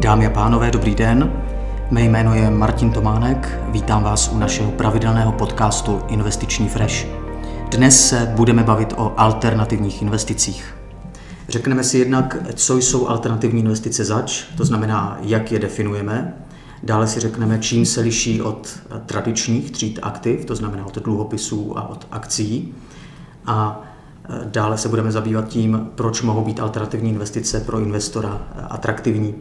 Dámy a pánové, dobrý den. Mé jméno je Martin Tománek, vítám vás u našeho pravidelného podcastu Investiční Fresh. Dnes se budeme bavit o alternativních investicích. Řekneme si jednak, co jsou alternativní investice zač, to znamená, jak je definujeme. Dále si řekneme, čím se liší od tradičních tříd aktiv, to znamená od dluhopisů a od akcií. A dále se budeme zabývat tím, proč mohou být alternativní investice pro investora atraktivní.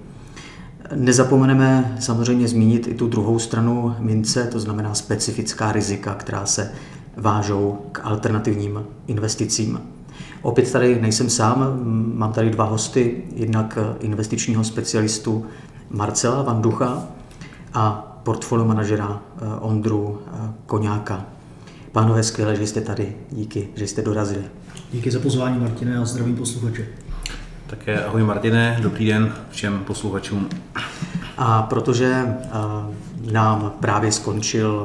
Nezapomeneme samozřejmě zmínit i tu druhou stranu mince, to znamená specifická rizika, která se vážou k alternativním investicím. Opět tady nejsem sám, mám tady dva hosty, jednak investičního specialistu Marcela Vanducha a portfolio manažera Ondru Koňáka. Pánové, skvěle, že jste tady, díky, že jste dorazili. Díky za pozvání, Martine, a zdravím posluchače. Také ahoj Martine, dobrý den všem posluchačům. A protože nám právě skončil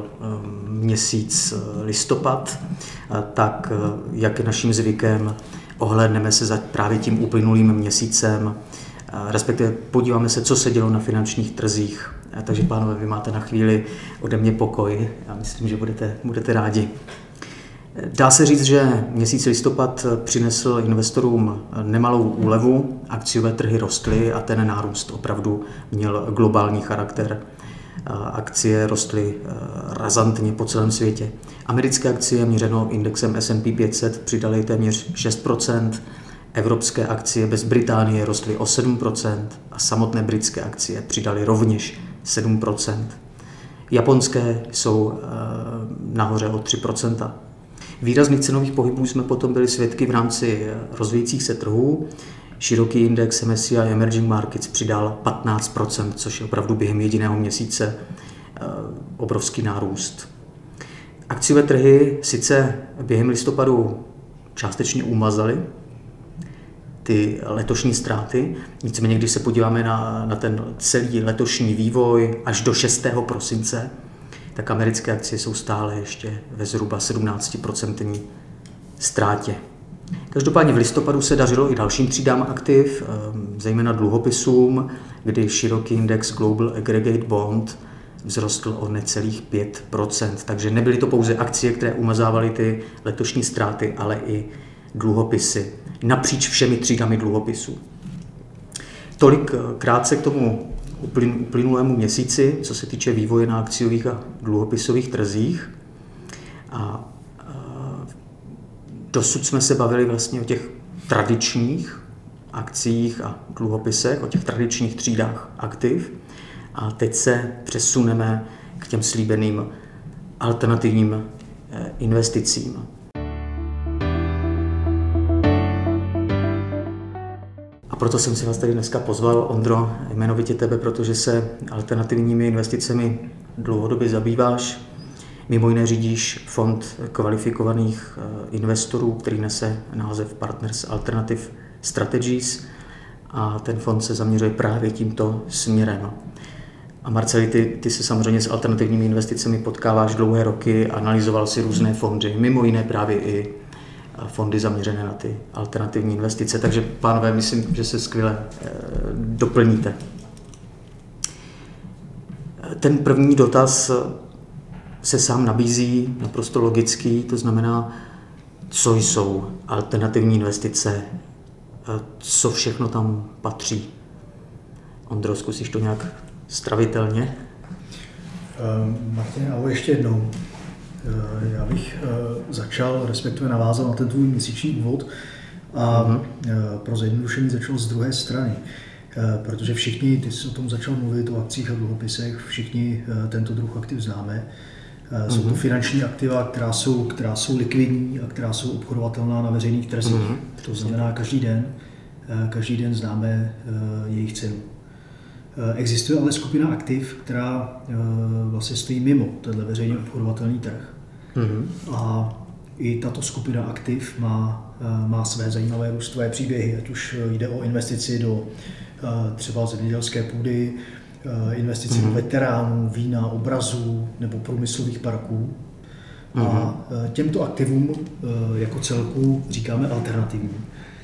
měsíc listopad, tak jak je naším zvykem, ohlédneme se za právě tím uplynulým měsícem, respektive podíváme se, co se dělo na finančních trzích. Takže pánové, vy máte na chvíli ode mě pokoj a myslím, že budete rádi. Dá se říct, že měsíc listopad přinesl investorům nemalou úlevu, akciové trhy rostly a ten nárůst opravdu měl globální charakter. Akcie rostly razantně po celém světě. Americké akcie měřeno indexem S&P 500 přidaly téměř 6%, evropské akcie bez Británie rostly o 7% a samotné britské akcie přidaly rovněž 7%. Japonské jsou nahoře o 3%. Výrazných cenových pohybů jsme potom byli svědky v rámci rozvíjejících se trhů. Široký index MSCI Emerging Markets přidal 15%, což je opravdu během jediného měsíce obrovský nárůst. Akciové trhy sice během listopadu částečně umazaly ty letošní ztráty, nicméně když se podíváme na ten celý letošní vývoj až do 6. prosince, tak americké akcie jsou stále ještě ve zhruba 17% ztrátě. Každopádně v listopadu se dařilo i dalším třídám aktiv, zejména dluhopisům, kdy široký index Global Aggregate Bond vzrostl o necelých 5%. Takže nebyly to pouze akcie, které umazávaly ty letošní ztráty, ale i dluhopisy napříč všemi třídami dluhopisů. Tolik krátce k tomu uplynulému měsíci, co se týče vývoje na akciových a dluhopisových trzích. A dosud jsme se bavili vlastně o těch tradičních akciích a dluhopisech, o těch tradičních třídách aktiv. A teď se přesuneme k těm slíbeným alternativním investicím. A proto jsem si vás tady dneska pozval, Ondro, jmenovitě tebe, protože se alternativními investicemi dlouhodobě zabýváš. Mimo jiné řídíš fond kvalifikovaných investorů, který nese název Partners Alternative Strategies a ten fond se zaměřuje právě tímto směrem. A Marceli, ty se samozřejmě s alternativními investicemi potkáváš dlouhé roky, analyzoval si různé fondy, mimo jiné právě i fondy zaměřené na ty alternativní investice. Takže pánové, myslím, že se skvěle doplníte. Ten první dotaz se sám nabízí, naprosto logický, to znamená, co jsou alternativní investice, co všechno tam patří. Ondro, zkusíš to nějak stravitelně? Martin, ahoj ještě jednou. Já bych začal, respektive navázal na ten tvůj měsíční úvod a pro zjednodušení začal z druhé strany. Protože všichni, ty jsi o tom začal mluvit, o akcích a dluhopisech, všichni tento druh aktiv známe. Jsou to finanční aktiva, která jsou likvidní a která jsou obchodovatelná na veřejných trzích. To znamená, každý den známe jejich cenu. Existuje ale skupina aktiv, která vlastně stojí mimo tenhle veřejně obchodovatelný trh. A i tato skupina aktiv má své zajímavé růstové příběhy, ať už jde o investici do třeba zemědělské půdy, investici do veteránů, vína, obrazů nebo průmyslových parků. A těmto aktivům jako celku říkáme alternativní.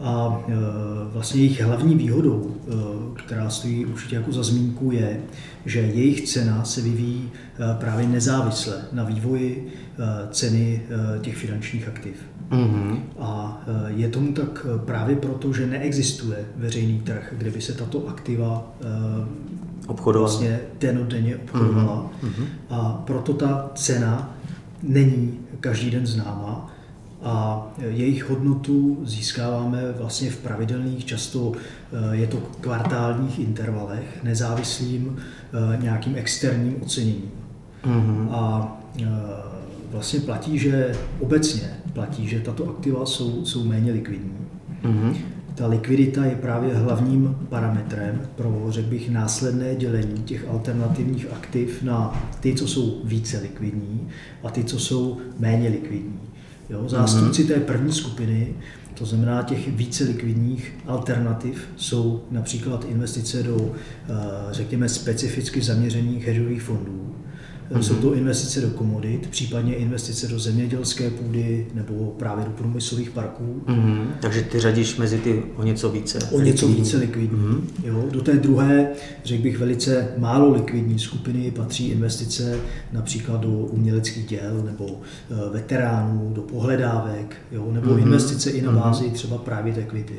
A vlastně jejich hlavní výhodou, která stojí určitě jako za zmínku, je, že jejich cena se vyvíjí právě nezávisle na vývoji ceny těch finančních aktiv. A je tomu tak právě proto, že neexistuje veřejný trh, kde by se tato aktiva vlastně dennodenně obchodovala. A proto ta cena není každý den známa a jejich hodnotu získáváme vlastně v pravidelných, často je to kvartálních intervalech, nezávislým nějakým externím oceněním. A vlastně platí, že obecně platí, že tato aktiva jsou méně likvidní. Ta likvidita je právě hlavním parametrem pro, řekl bych, následné dělení těch alternativních aktiv na ty, co jsou více likvidní a ty, co jsou méně likvidní. Jo? Zástupci té první skupiny, to znamená těch více likvidních alternativ, jsou například investice do, řekněme, specificky zaměřených hedžových fondů. Jsou to investice do komodit, případně investice do zemědělské půdy nebo právě do průmyslových parků. Takže ty řadíš mezi ty o něco více likvidní. Jo, do té druhé, řekl bych, velice málo likvidní skupiny patří investice například do uměleckých děl nebo veteránů, do pohledávek, jo, nebo investice i na bázi třeba private equity.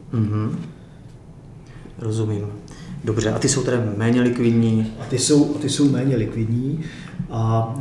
Rozumím. Dobře, a ty jsou tedy méně likvidní? A ty jsou méně likvidní a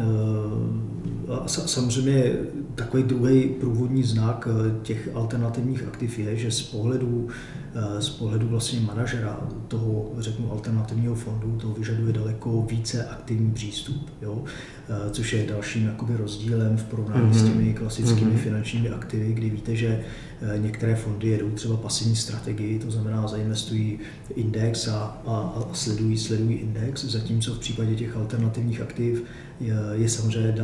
samozřejmě takový druhý průvodní znak těch alternativních aktiv je, že z pohledu vlastně manažera toho, řeknu, alternativního fondu, to vyžaduje daleko více aktivní přístup, jo? Což je dalším jakoby rozdílem v porovnání s těmi klasickými finančními aktivy, kdy víte, že některé fondy jedou třeba pasivní strategii, to znamená zainvestují index a sledují index, zatímco v případě těch alternativních aktiv je samozřejmě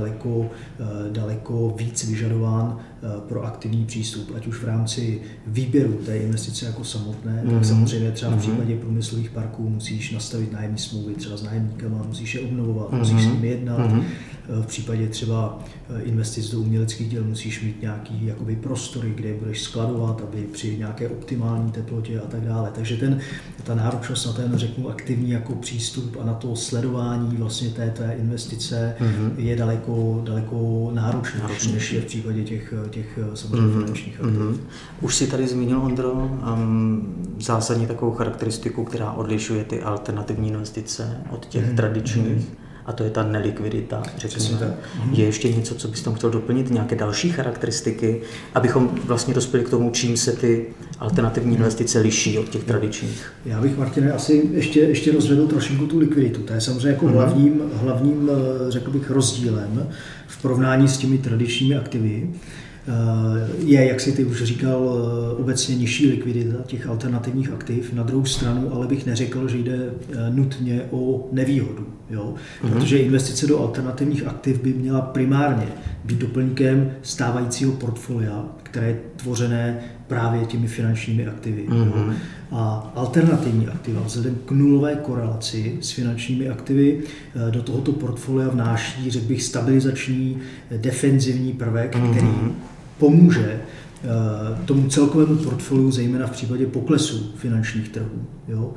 daleko víc vyžadován proaktivní přístup, ať už v rámci výběru té investice jako samotné, tak samozřejmě třeba v případě průmyslových parků musíš nastavit nájemní smlouvy třeba s nájemníkama, musíš je obnovovat, musíš s nimi jednat. V případě třeba investic do uměleckých děl musíš mít nějaký jakoby prostory, kde je budeš skladovat, aby při nějaké optimální teplotě a tak dále. Takže ta náročnost na ten, řeknu, aktivní jako přístup a na to sledování vlastně té investice je daleko náročnější, než je v případě těch samozřejmě finančních aktiv. Už si tady zmínil, Ondro, zásadně takovou charakteristiku, která odlišuje ty alternativní investice od těch tradičních. A to je ta nelikvidita, řekněme. Je ještě něco, co bys tam chtěl doplnit, nějaké další charakteristiky, abychom vlastně dospěli k tomu, čím se ty alternativní investice liší od těch tradičních? Já bych, Martine, asi ještě rozvedl trošku tu likviditu. To je samozřejmě jako hlavním, řekl bych, rozdílem v porovnání s těmi tradičními aktivy. Je, jak si ty už říkal, obecně nižší likvidita těch alternativních aktiv. Na druhou stranu ale bych neřekl, že jde nutně o nevýhodu. Jo? Protože investice do alternativních aktiv by měla primárně být doplňkem stávajícího portfolia, které je tvořené právě těmi finančními aktivy. A alternativní aktiva vzhledem k nulové korelaci s finančními aktivy do tohoto portfolia vnáší, řekl bych, stabilizační defenzivní prvek, který pomůže tomu celkovému portfoliu, zejména v případě poklesu finančních trhů. Jo?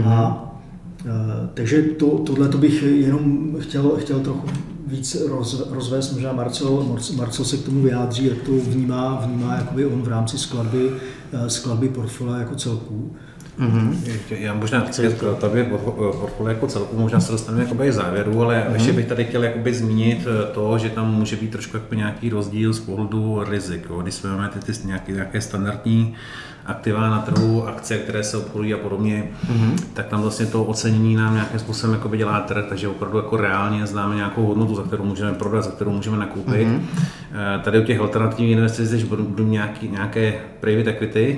Takže tohleto bych jenom chtěl trochu víc rozvést, možná Marcel se k tomu vyjádří, jak to vnímá jakoby on v rámci skladby portfolia jako celku. Já možná k tobě portfolio jako celku, možná se dostaneme jakoby závěru, ale ještě bych tady chtěl jakoby zmínit to, že tam může být trošku jako nějaký rozdíl z pohledu rizik. Jo. Když jsme máme ty nějaké standardní aktiva na trhu, akce, které se obchodují a podobně, tak tam vlastně to ocenění nám nějakým způsobem jakoby dělá trh, takže opravdu jako reálně známe nějakou hodnotu, za kterou můžeme prodat, za kterou můžeme nakoupit. Tady u těch alternativních investic, když budu nějaké private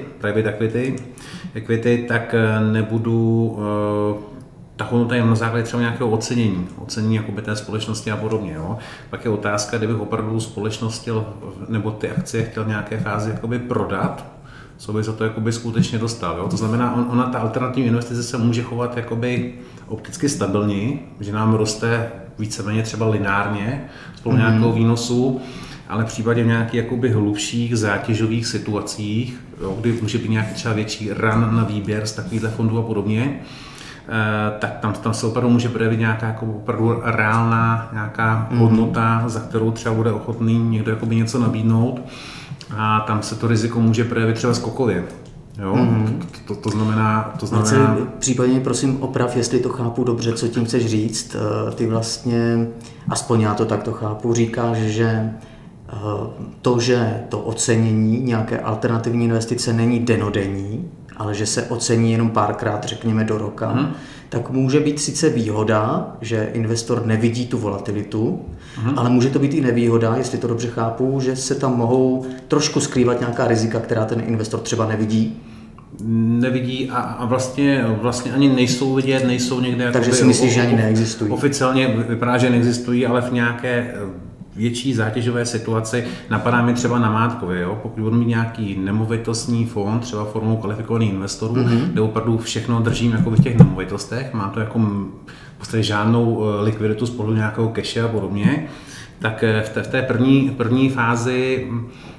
equity, tak nebudu ta hodnota je na základě třeba nějakého ocenění jakoby té společnosti a podobně. Jo. Pak je otázka, kdybych opravdu společnost nebo ty akcie chtěl v nějaké fázi jakoby prodat, co by za to jakoby skutečně dostal. Jo. To znamená, ona ta alternativní investice se může chovat jakoby opticky stabilní, že nám roste víceméně třeba lineárně spolu nějakého výnosu, ale v případě nějakých jakoby hlubších zátěžových situacích, jo, kdy může být nějaký třeba větší run na výběr z takovýchhle fondů a podobně, tak tam se opravdu může projevit nějaká jako opravdu reálná nějaká hodnota, za kterou třeba bude ochotný někdo jakoby něco nabídnout a tam se to riziko může projevit třeba skokově. Jo? To znamená... Případně prosím oprav, jestli to chápu dobře, co tím chceš říct. Ty vlastně, aspoň já to takto chápu, říkáš, že že to ocenění nějaké alternativní investice není denodenní, ale že se ocení jenom párkrát, řekněme, do roka, tak může být sice výhoda, že investor nevidí tu volatilitu, ale může to být i nevýhoda, jestli to dobře chápu, že se tam mohou trošku skrývat nějaká rizika, která ten investor třeba nevidí. Nevidí a vlastně ani nejsou vidět, nejsou někde... Takže si myslíš, že ani neexistují? Oficiálně vypadá, že neexistují, ale v nějaké větší zátěžové situaci napadá mi třeba namátkově, jo? Pokud budu mít nějaký nemovitostní fond, třeba formou kvalifikovaných investorů, kde opravdu všechno držím jako v těch nemovitostech, má to jako v podstatě žádnou likviditu z pohledu nějakého cache a podobně, tak v té první fázi,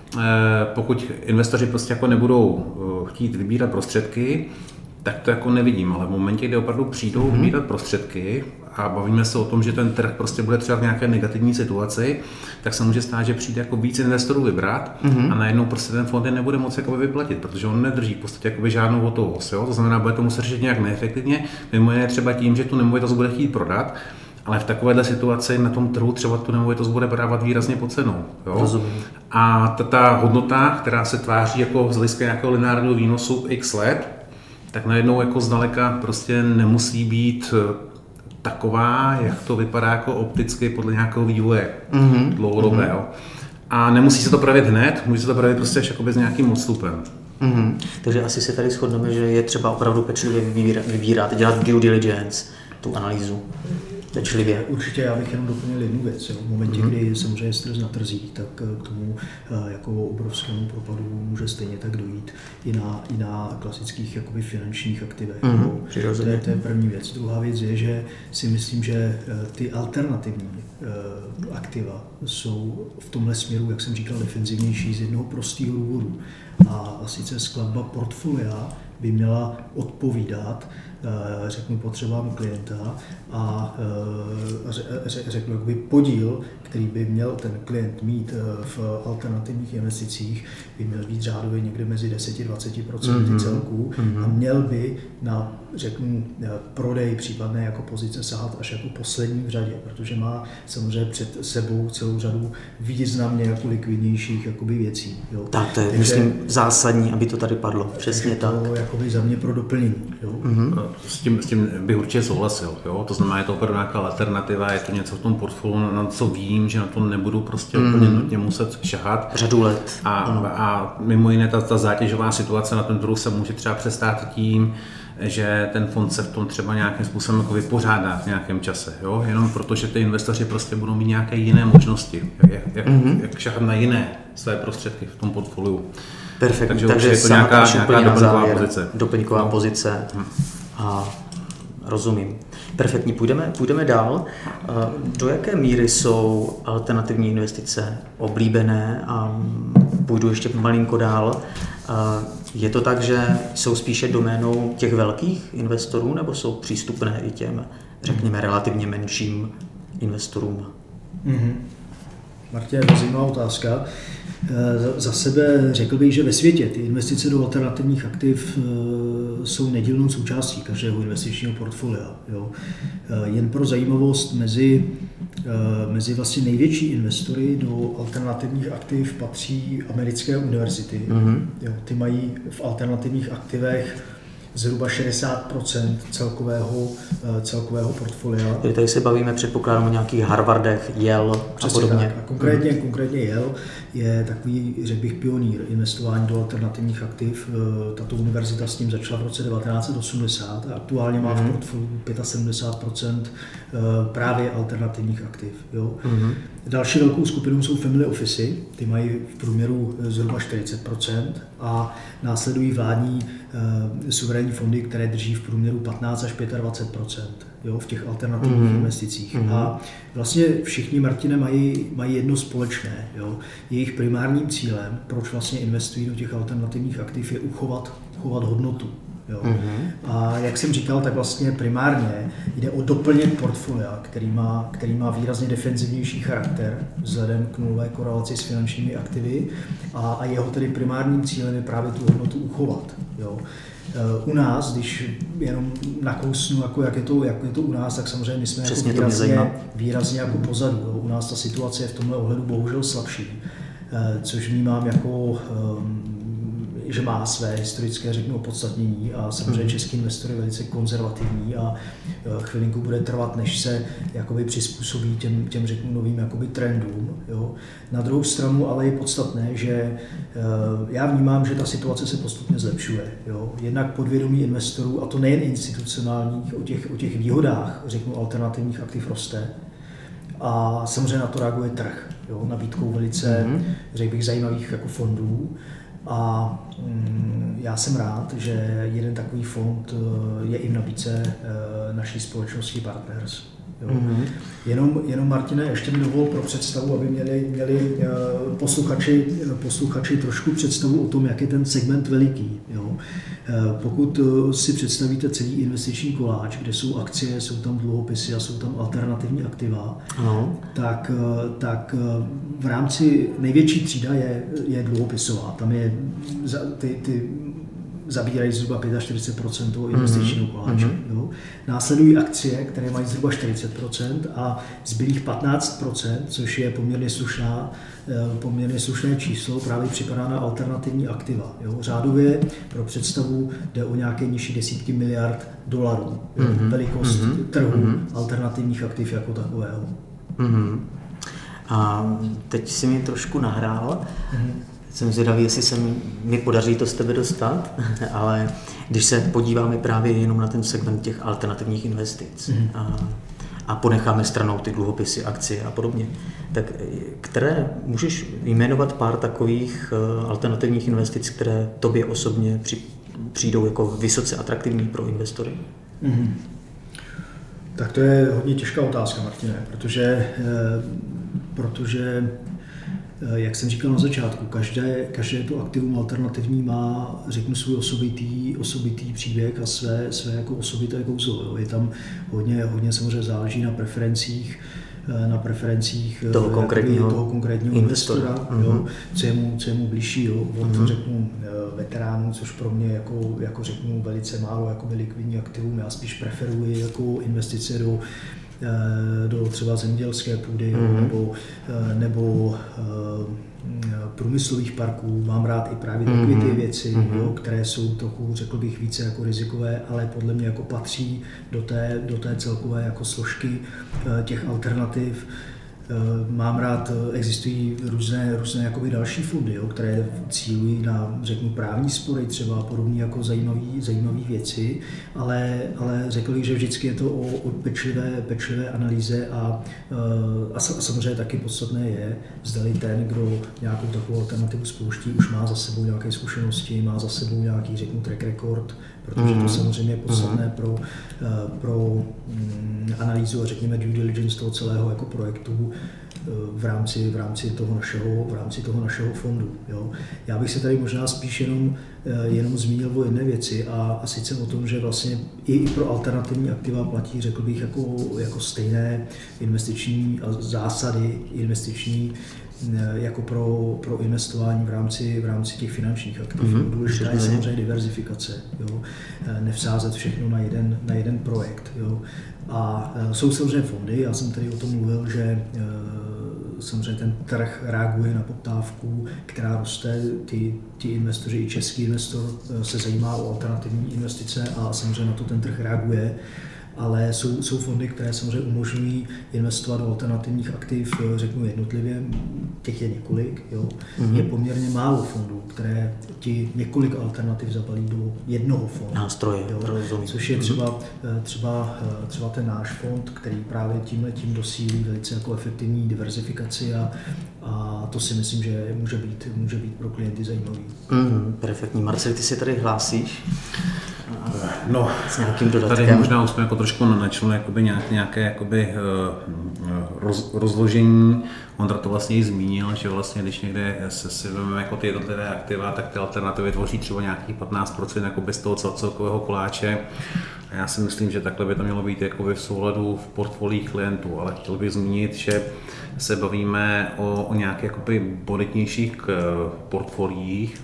pokud investoři prostě jako nebudou chtít vybírat prostředky, tak to jako nevidím, ale v momentě, kdy opravdu přijdou vybírat prostředky a bavíme se o tom, že ten trh prostě bude třeba v nějaké negativní situaci, tak se může stát, že přijde jako víc investorů vybrat a najednou prostě ten fond je nebude moci jako vyplatit, protože on nedrží v podstatě jako žádnou hotovost. Jo? To znamená, bude to muset řešit nějak neefektivně, mimo jiné třeba tím, že tu nemovitost bude chtít prodat, ale v takovéhle situaci na tom trhu třeba tu nemovitost bude prodávat výrazně pod cenou. Jo? A ta hodnota, která se tváří jako z hlediska nějakého lineárního výnosu x let, tak najednou jako zdaleka prostě nemusí být taková, jak to vypadá jako opticky podle nějakého vývoje dlouhodobého. A nemusí se to projevit hned, může se to projevit prostě až jakoby s nějakým odstupem. Takže asi se tady shodneme, že je třeba opravdu pečlivě vybírat, dělat due diligence, tu analýzu. Pečlivě. Určitě já bych jenom doplnil jednu věc. Jo. V momentě, kdy samozřejmě je stres na trzích, tak k tomu jako obrovskému propadu může stejně tak dojít i na klasických jakoby finančních aktivech. To je první věc. Druhá věc je, že si myslím, že ty alternativní aktiva jsou v tomhle směru, jak jsem říkal, defenzivnější z jednoho prostého důvodu. A sice skladba portfolia by měla odpovídat, řeknu, potřebám klienta a řeknu, jakoby podíl, který by měl ten klient mít v alternativních investicích, by měl být řádově někde mezi 10-20% celků a měl by na, řeknu, prodej případné jako pozice sahat až jako poslední v řadě, protože má samozřejmě před sebou celou řadu významně jako likvidnějších jakoby věcí. Jo. Tak to je, myslím, zásadní, aby to tady padlo. Přesně tak. To jakoby za mě pro doplnění. Jo. S tím bych určitě souhlasil. Jo. To znamená, je to opravdu nějaká alternativa, je to něco v tom portfoliu, na co vím, že na to nebudu prostě úplně nutně muset šahat. Řadu let. A mimo jiné ta zátěžová situace na tom trhu se může třeba přestát tím, že ten fond se v tom třeba nějakým způsobem jako vypořádá v nějakém čase, jo? Jenom protože ty investoři prostě budou mít nějaké jiné možnosti, jak šahat na jiné své prostředky v tom portfoliu. Perfektní, takže je to nějaká doplňková pozice. Doplňková pozice. A rozumím. Perfektní, půjdeme dál. Do jaké míry jsou alternativní investice oblíbené a půjdu ještě malinko dál. Je to tak, že jsou spíše doménou těch velkých investorů nebo jsou přístupné i těm, řekněme, relativně menším investorům? Martin, to je zajímavá otázka. Za sebe řekl bych, že ve světě ty investice do alternativních aktiv jsou nedílnou součástí každého investičního portfolia. Jo. Jen pro zajímavost, mezi vlastně největší investory do alternativních aktiv patří americké univerzity. Jo, ty mají v alternativních aktivech zhruba 60% celkového portfolia. Tady se bavíme, předpokládám, o nějakých Harvardech, Yale a podobně. Tak. A konkrétně Yale je takový, řekl bych, pionýr investování do alternativních aktiv. Tato univerzita s ním začala v roce 1980 a aktuálně má v portfoliu 75% právě alternativních aktiv. Jo. Další velkou skupinou jsou family officy, ty mají v průměru zhruba 40% a následují vládní suverénní fondy, které drží v průměru 15 až 25%, jo, v těch alternativních investicích. A vlastně všichni, Martine, mají jedno společné. Jo. Jejich primárním cílem, proč vlastně investují do těch alternativních aktiv, je uchovat hodnotu. Jo. A jak jsem říkal, tak vlastně primárně jde o doplněk portfolia, který má výrazně defenzivnější charakter vzhledem k nulové korelaci s finančními aktivy a jeho tedy primárním cílem je právě tu hodnotu uchovat. Jo. U nás, když jenom nakousnu, jak je to u nás, tak samozřejmě my jsme jako výrazně jako pozadu. Jo. U nás ta situace je v tomhle ohledu bohužel slabší, což vnímám jako že má své historické, řeknu, opodstatnění a samozřejmě český investor je velice konzervativní a chvilinku bude trvat, než se jakoby přizpůsobí těm řeknu, novým jakoby trendům. Jo. Na druhou stranu ale je podstatné, že já vnímám, že ta situace se postupně zlepšuje. Jo. Jednak podvědomí investorů, a to nejen institucionálních, o těch výhodách, řeknu, alternativních aktiv roste. A samozřejmě na to reaguje trh, jo, nabídkou velice, řekl bych, zajímavých jako fondů. A já jsem rád, že jeden takový fond je i v nabídce naší společnosti Partners. Jo. Jenom Martine, ještě mi dovol pro představu, aby měli posluchači trošku představu o tom, jak je ten segment veliký. Jo. Pokud si představíte celý investiční koláč, kde jsou akcie, jsou tam dluhopisy a jsou tam alternativní aktiva, tak v rámci největší třída je dluhopisová. Tam je ty zabírají zhruba 45% investičního koláče. Jo. Následují akcie, které mají zhruba 40% a zbylých 15%, což je poměrně slušné číslo, právě připadá na alternativní aktiva. Jo. Řádově pro představu jde o nějaké nižší desítky miliard dolarů. Velikost trhu alternativních aktiv jako takového. A teď si mi trošku nahrál. Jsem zvědavý, jestli se mi podaří to z tebe dostat, ale když se podíváme právě jenom na ten segment těch alternativních investic a ponecháme stranou ty dluhopisy, akcie a podobně, tak které můžeš jmenovat pár takových alternativních investic, které tobě osobně přijdou jako vysoce atraktivní pro investory? Tak to je hodně těžká otázka, Martine, protože jak jsem říkal na začátku, každé to aktivum alternativní má, řeknu, svůj osobitý příběh a své jako osobité kouzlo. Jo. Je tam hodně samozřejmě záleží na preferencích toho konkrétního investora, jo, co je mu blížší, jo, od řeknu veteránů, což pro mě jako řeknu velice málo jako likvidní aktivum. Já spíš preferuji jako investice do třeba zemědělské půdy nebo průmyslových parků. Mám rád i právě takové ty věci, jo, které jsou trochu, řekl bych, více jako rizikové, ale podle mě jako patří do té celkové jako složky těch alternativ. Mám rád, existují různé jakoby další fondy, jo, které cílují na, řeknu, právní spory, třeba podobně jako zajímavé věci, ale řekl bych, že vždycky je to o pečlivé analýze a samozřejmě taky podstatné je, zdali ten, kdo nějakou takovou alternativu spouští, už má za sebou nějaké zkušenosti, má za sebou nějaký, řeknu, track record, protože to samozřejmě je podstatné pro analýzu a řekněme due diligence toho celého jako projektu v rámci toho našeho fondu. Jo. Já bych se tady možná spíš jenom zmínil o jedné věci a sice o tom, že vlastně i pro alternativní aktiva platí, řekl bych, jako stejné investiční zásady investiční jako pro investování v rámci těch finančních aktiv. Důležitá je samozřejmě diverzifikace, jo. Nevsázet všechno na jeden projekt. Jo. A jsou samozřejmě fondy, já jsem tady o tom mluvil, že samozřejmě ten trh reaguje na poptávku, která roste, ti investoři, i český investor se zajímá o alternativní investice a samozřejmě na to ten trh reaguje. ale jsou fondy, které samozřejmě umožňují investovat do alternativních aktiv, řeknu jednotlivě, těch je několik. Jo. Je poměrně málo fondů, které ti několik alternativ zabalí do jednoho fondu. Nástroje, což je třeba ten náš fond, který právě tím dosílí velice jako efektivní diverzifikaci a to si myslím, že může být pro klienty zajímavý. Perfektní. Marcel, ty si tady hlásíš? No, s nějakým dodatkem? Tady možná už jsme jako trošku načali nějaké jakoby, rozložení. Ondra to vlastně i zmínil, že vlastně když někde si vezmeme jako ty jednotlivé aktiva, tak ty alternativy tvoří třeba nějakých 15% jakoby z toho celkového koláče. A já si myslím, že takhle by to mělo být jakoby v souladu v portfoliích klientů, ale chtěl bych zmínit, že se bavíme o nějakých jakoby bonitnějších portfoliích.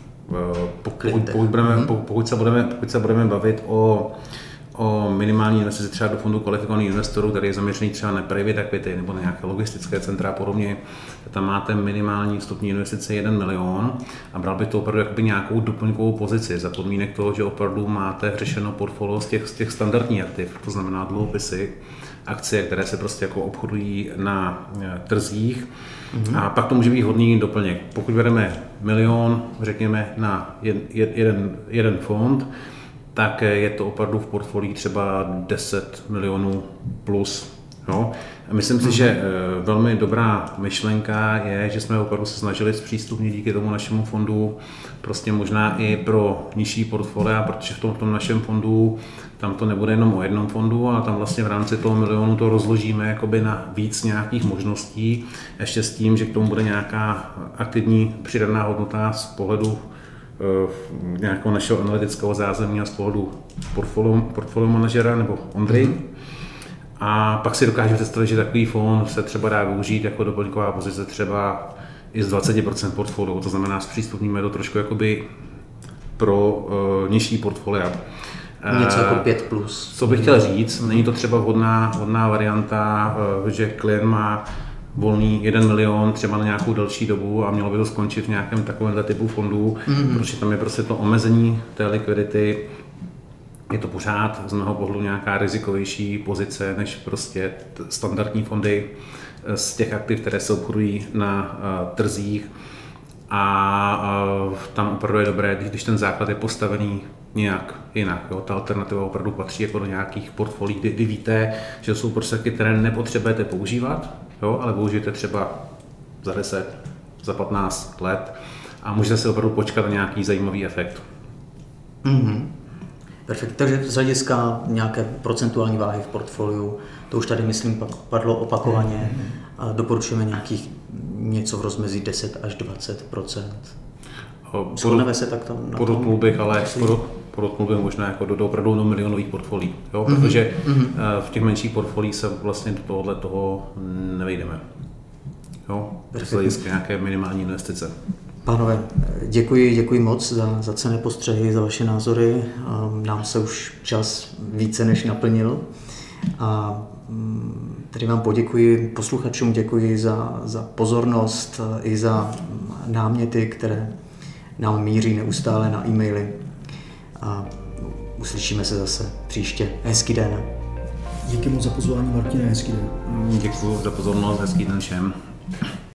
Pokud se budeme bavit o minimální investici třeba do fondu kvalifikovaných investorů, který je zaměřený třeba na private equity nebo na nějaké logistické centra a podobně, tam máte minimální vstupní investice 1 milion a bral by to opravdu jakoby nějakou doplňkovou pozici za podmínek toho, že opravdu máte řešeno portfolio z těch standardních aktiv, to znamená dluhopisy, akcie, které se prostě jako obchodují na trzích. A pak to může být hodný doplněk. Pokud bereme milion, řekněme, na jeden fond, tak je to opravdu v portfolii třeba 10 milionů plus. No. A myslím si, že velmi dobrá myšlenka je, že jsme opravdu se snažili zpřístupnit díky tomu našemu fondu prostě možná i pro nižší portfolia, protože v tom našem fondu tam to nebude jenom o jednom fondu, ale tam vlastně v rámci toho milionu to rozložíme jakoby na víc nějakých možností, ještě s tím, že k tomu bude nějaká aktivní přidaná hodnota z pohledu nějakého našeho analytického zázemí a z pohledu portfolio manažera nebo Ondry. A pak si dokážu představit, že takový fond se třeba dá využít jako doplňková pozice třeba i z 20% portfolio, to znamená zpřístupníme to trošku jakoby pro nižší portfolia. Něco jako 5+. Co bych chtěl říct, není to třeba vhodná varianta, že klient má volný 1 milion třeba na nějakou delší dobu a mělo by to skončit v nějakém takovémhle typu fondů, protože tam je prostě to omezení té likvidity. Je to pořád z mého pohledu nějaká rizikovější pozice než prostě standardní fondy z těch aktiv, které se obchodují na trzích. A tam opravdu je dobré, když ten základ je postavený nějak jinak. Jo. Ta alternativa opravdu patří jako do nějakých portfolií, kdy víte, že jsou prostředky, které nepotřebujete používat, jo, ale použijete třeba za 10, za 15 let a můžete si opravdu počkat na nějaký zajímavý efekt. Perfekt. Takže z hlediska nějaké procentuální váhy v portfoliu, to už tady myslím padlo opakovaně, a doporučujeme něco v rozmezí 10 až 20%. Shodneme se tak tam na tom? Podotknul bych, ale podotknul bych možná jako do opravdu do milionových portfolií, jo? Protože v těch menších portfoliích se vlastně do tohohle toho nevejdeme. Jo? Z hlediska nějaké minimální investice. Pánové, děkuji moc za cenné postřehy, za vaše názory. Nám se už čas více než naplnil. A tedy vám poděkuji, posluchačům děkuji za pozornost i za náměty, které nám míří neustále na e-maily. A uslyšíme se zase příště. Hezký den. Díky moc za pozvání, Martine, hezký den. Děkuji za pozornost, hezký den všem.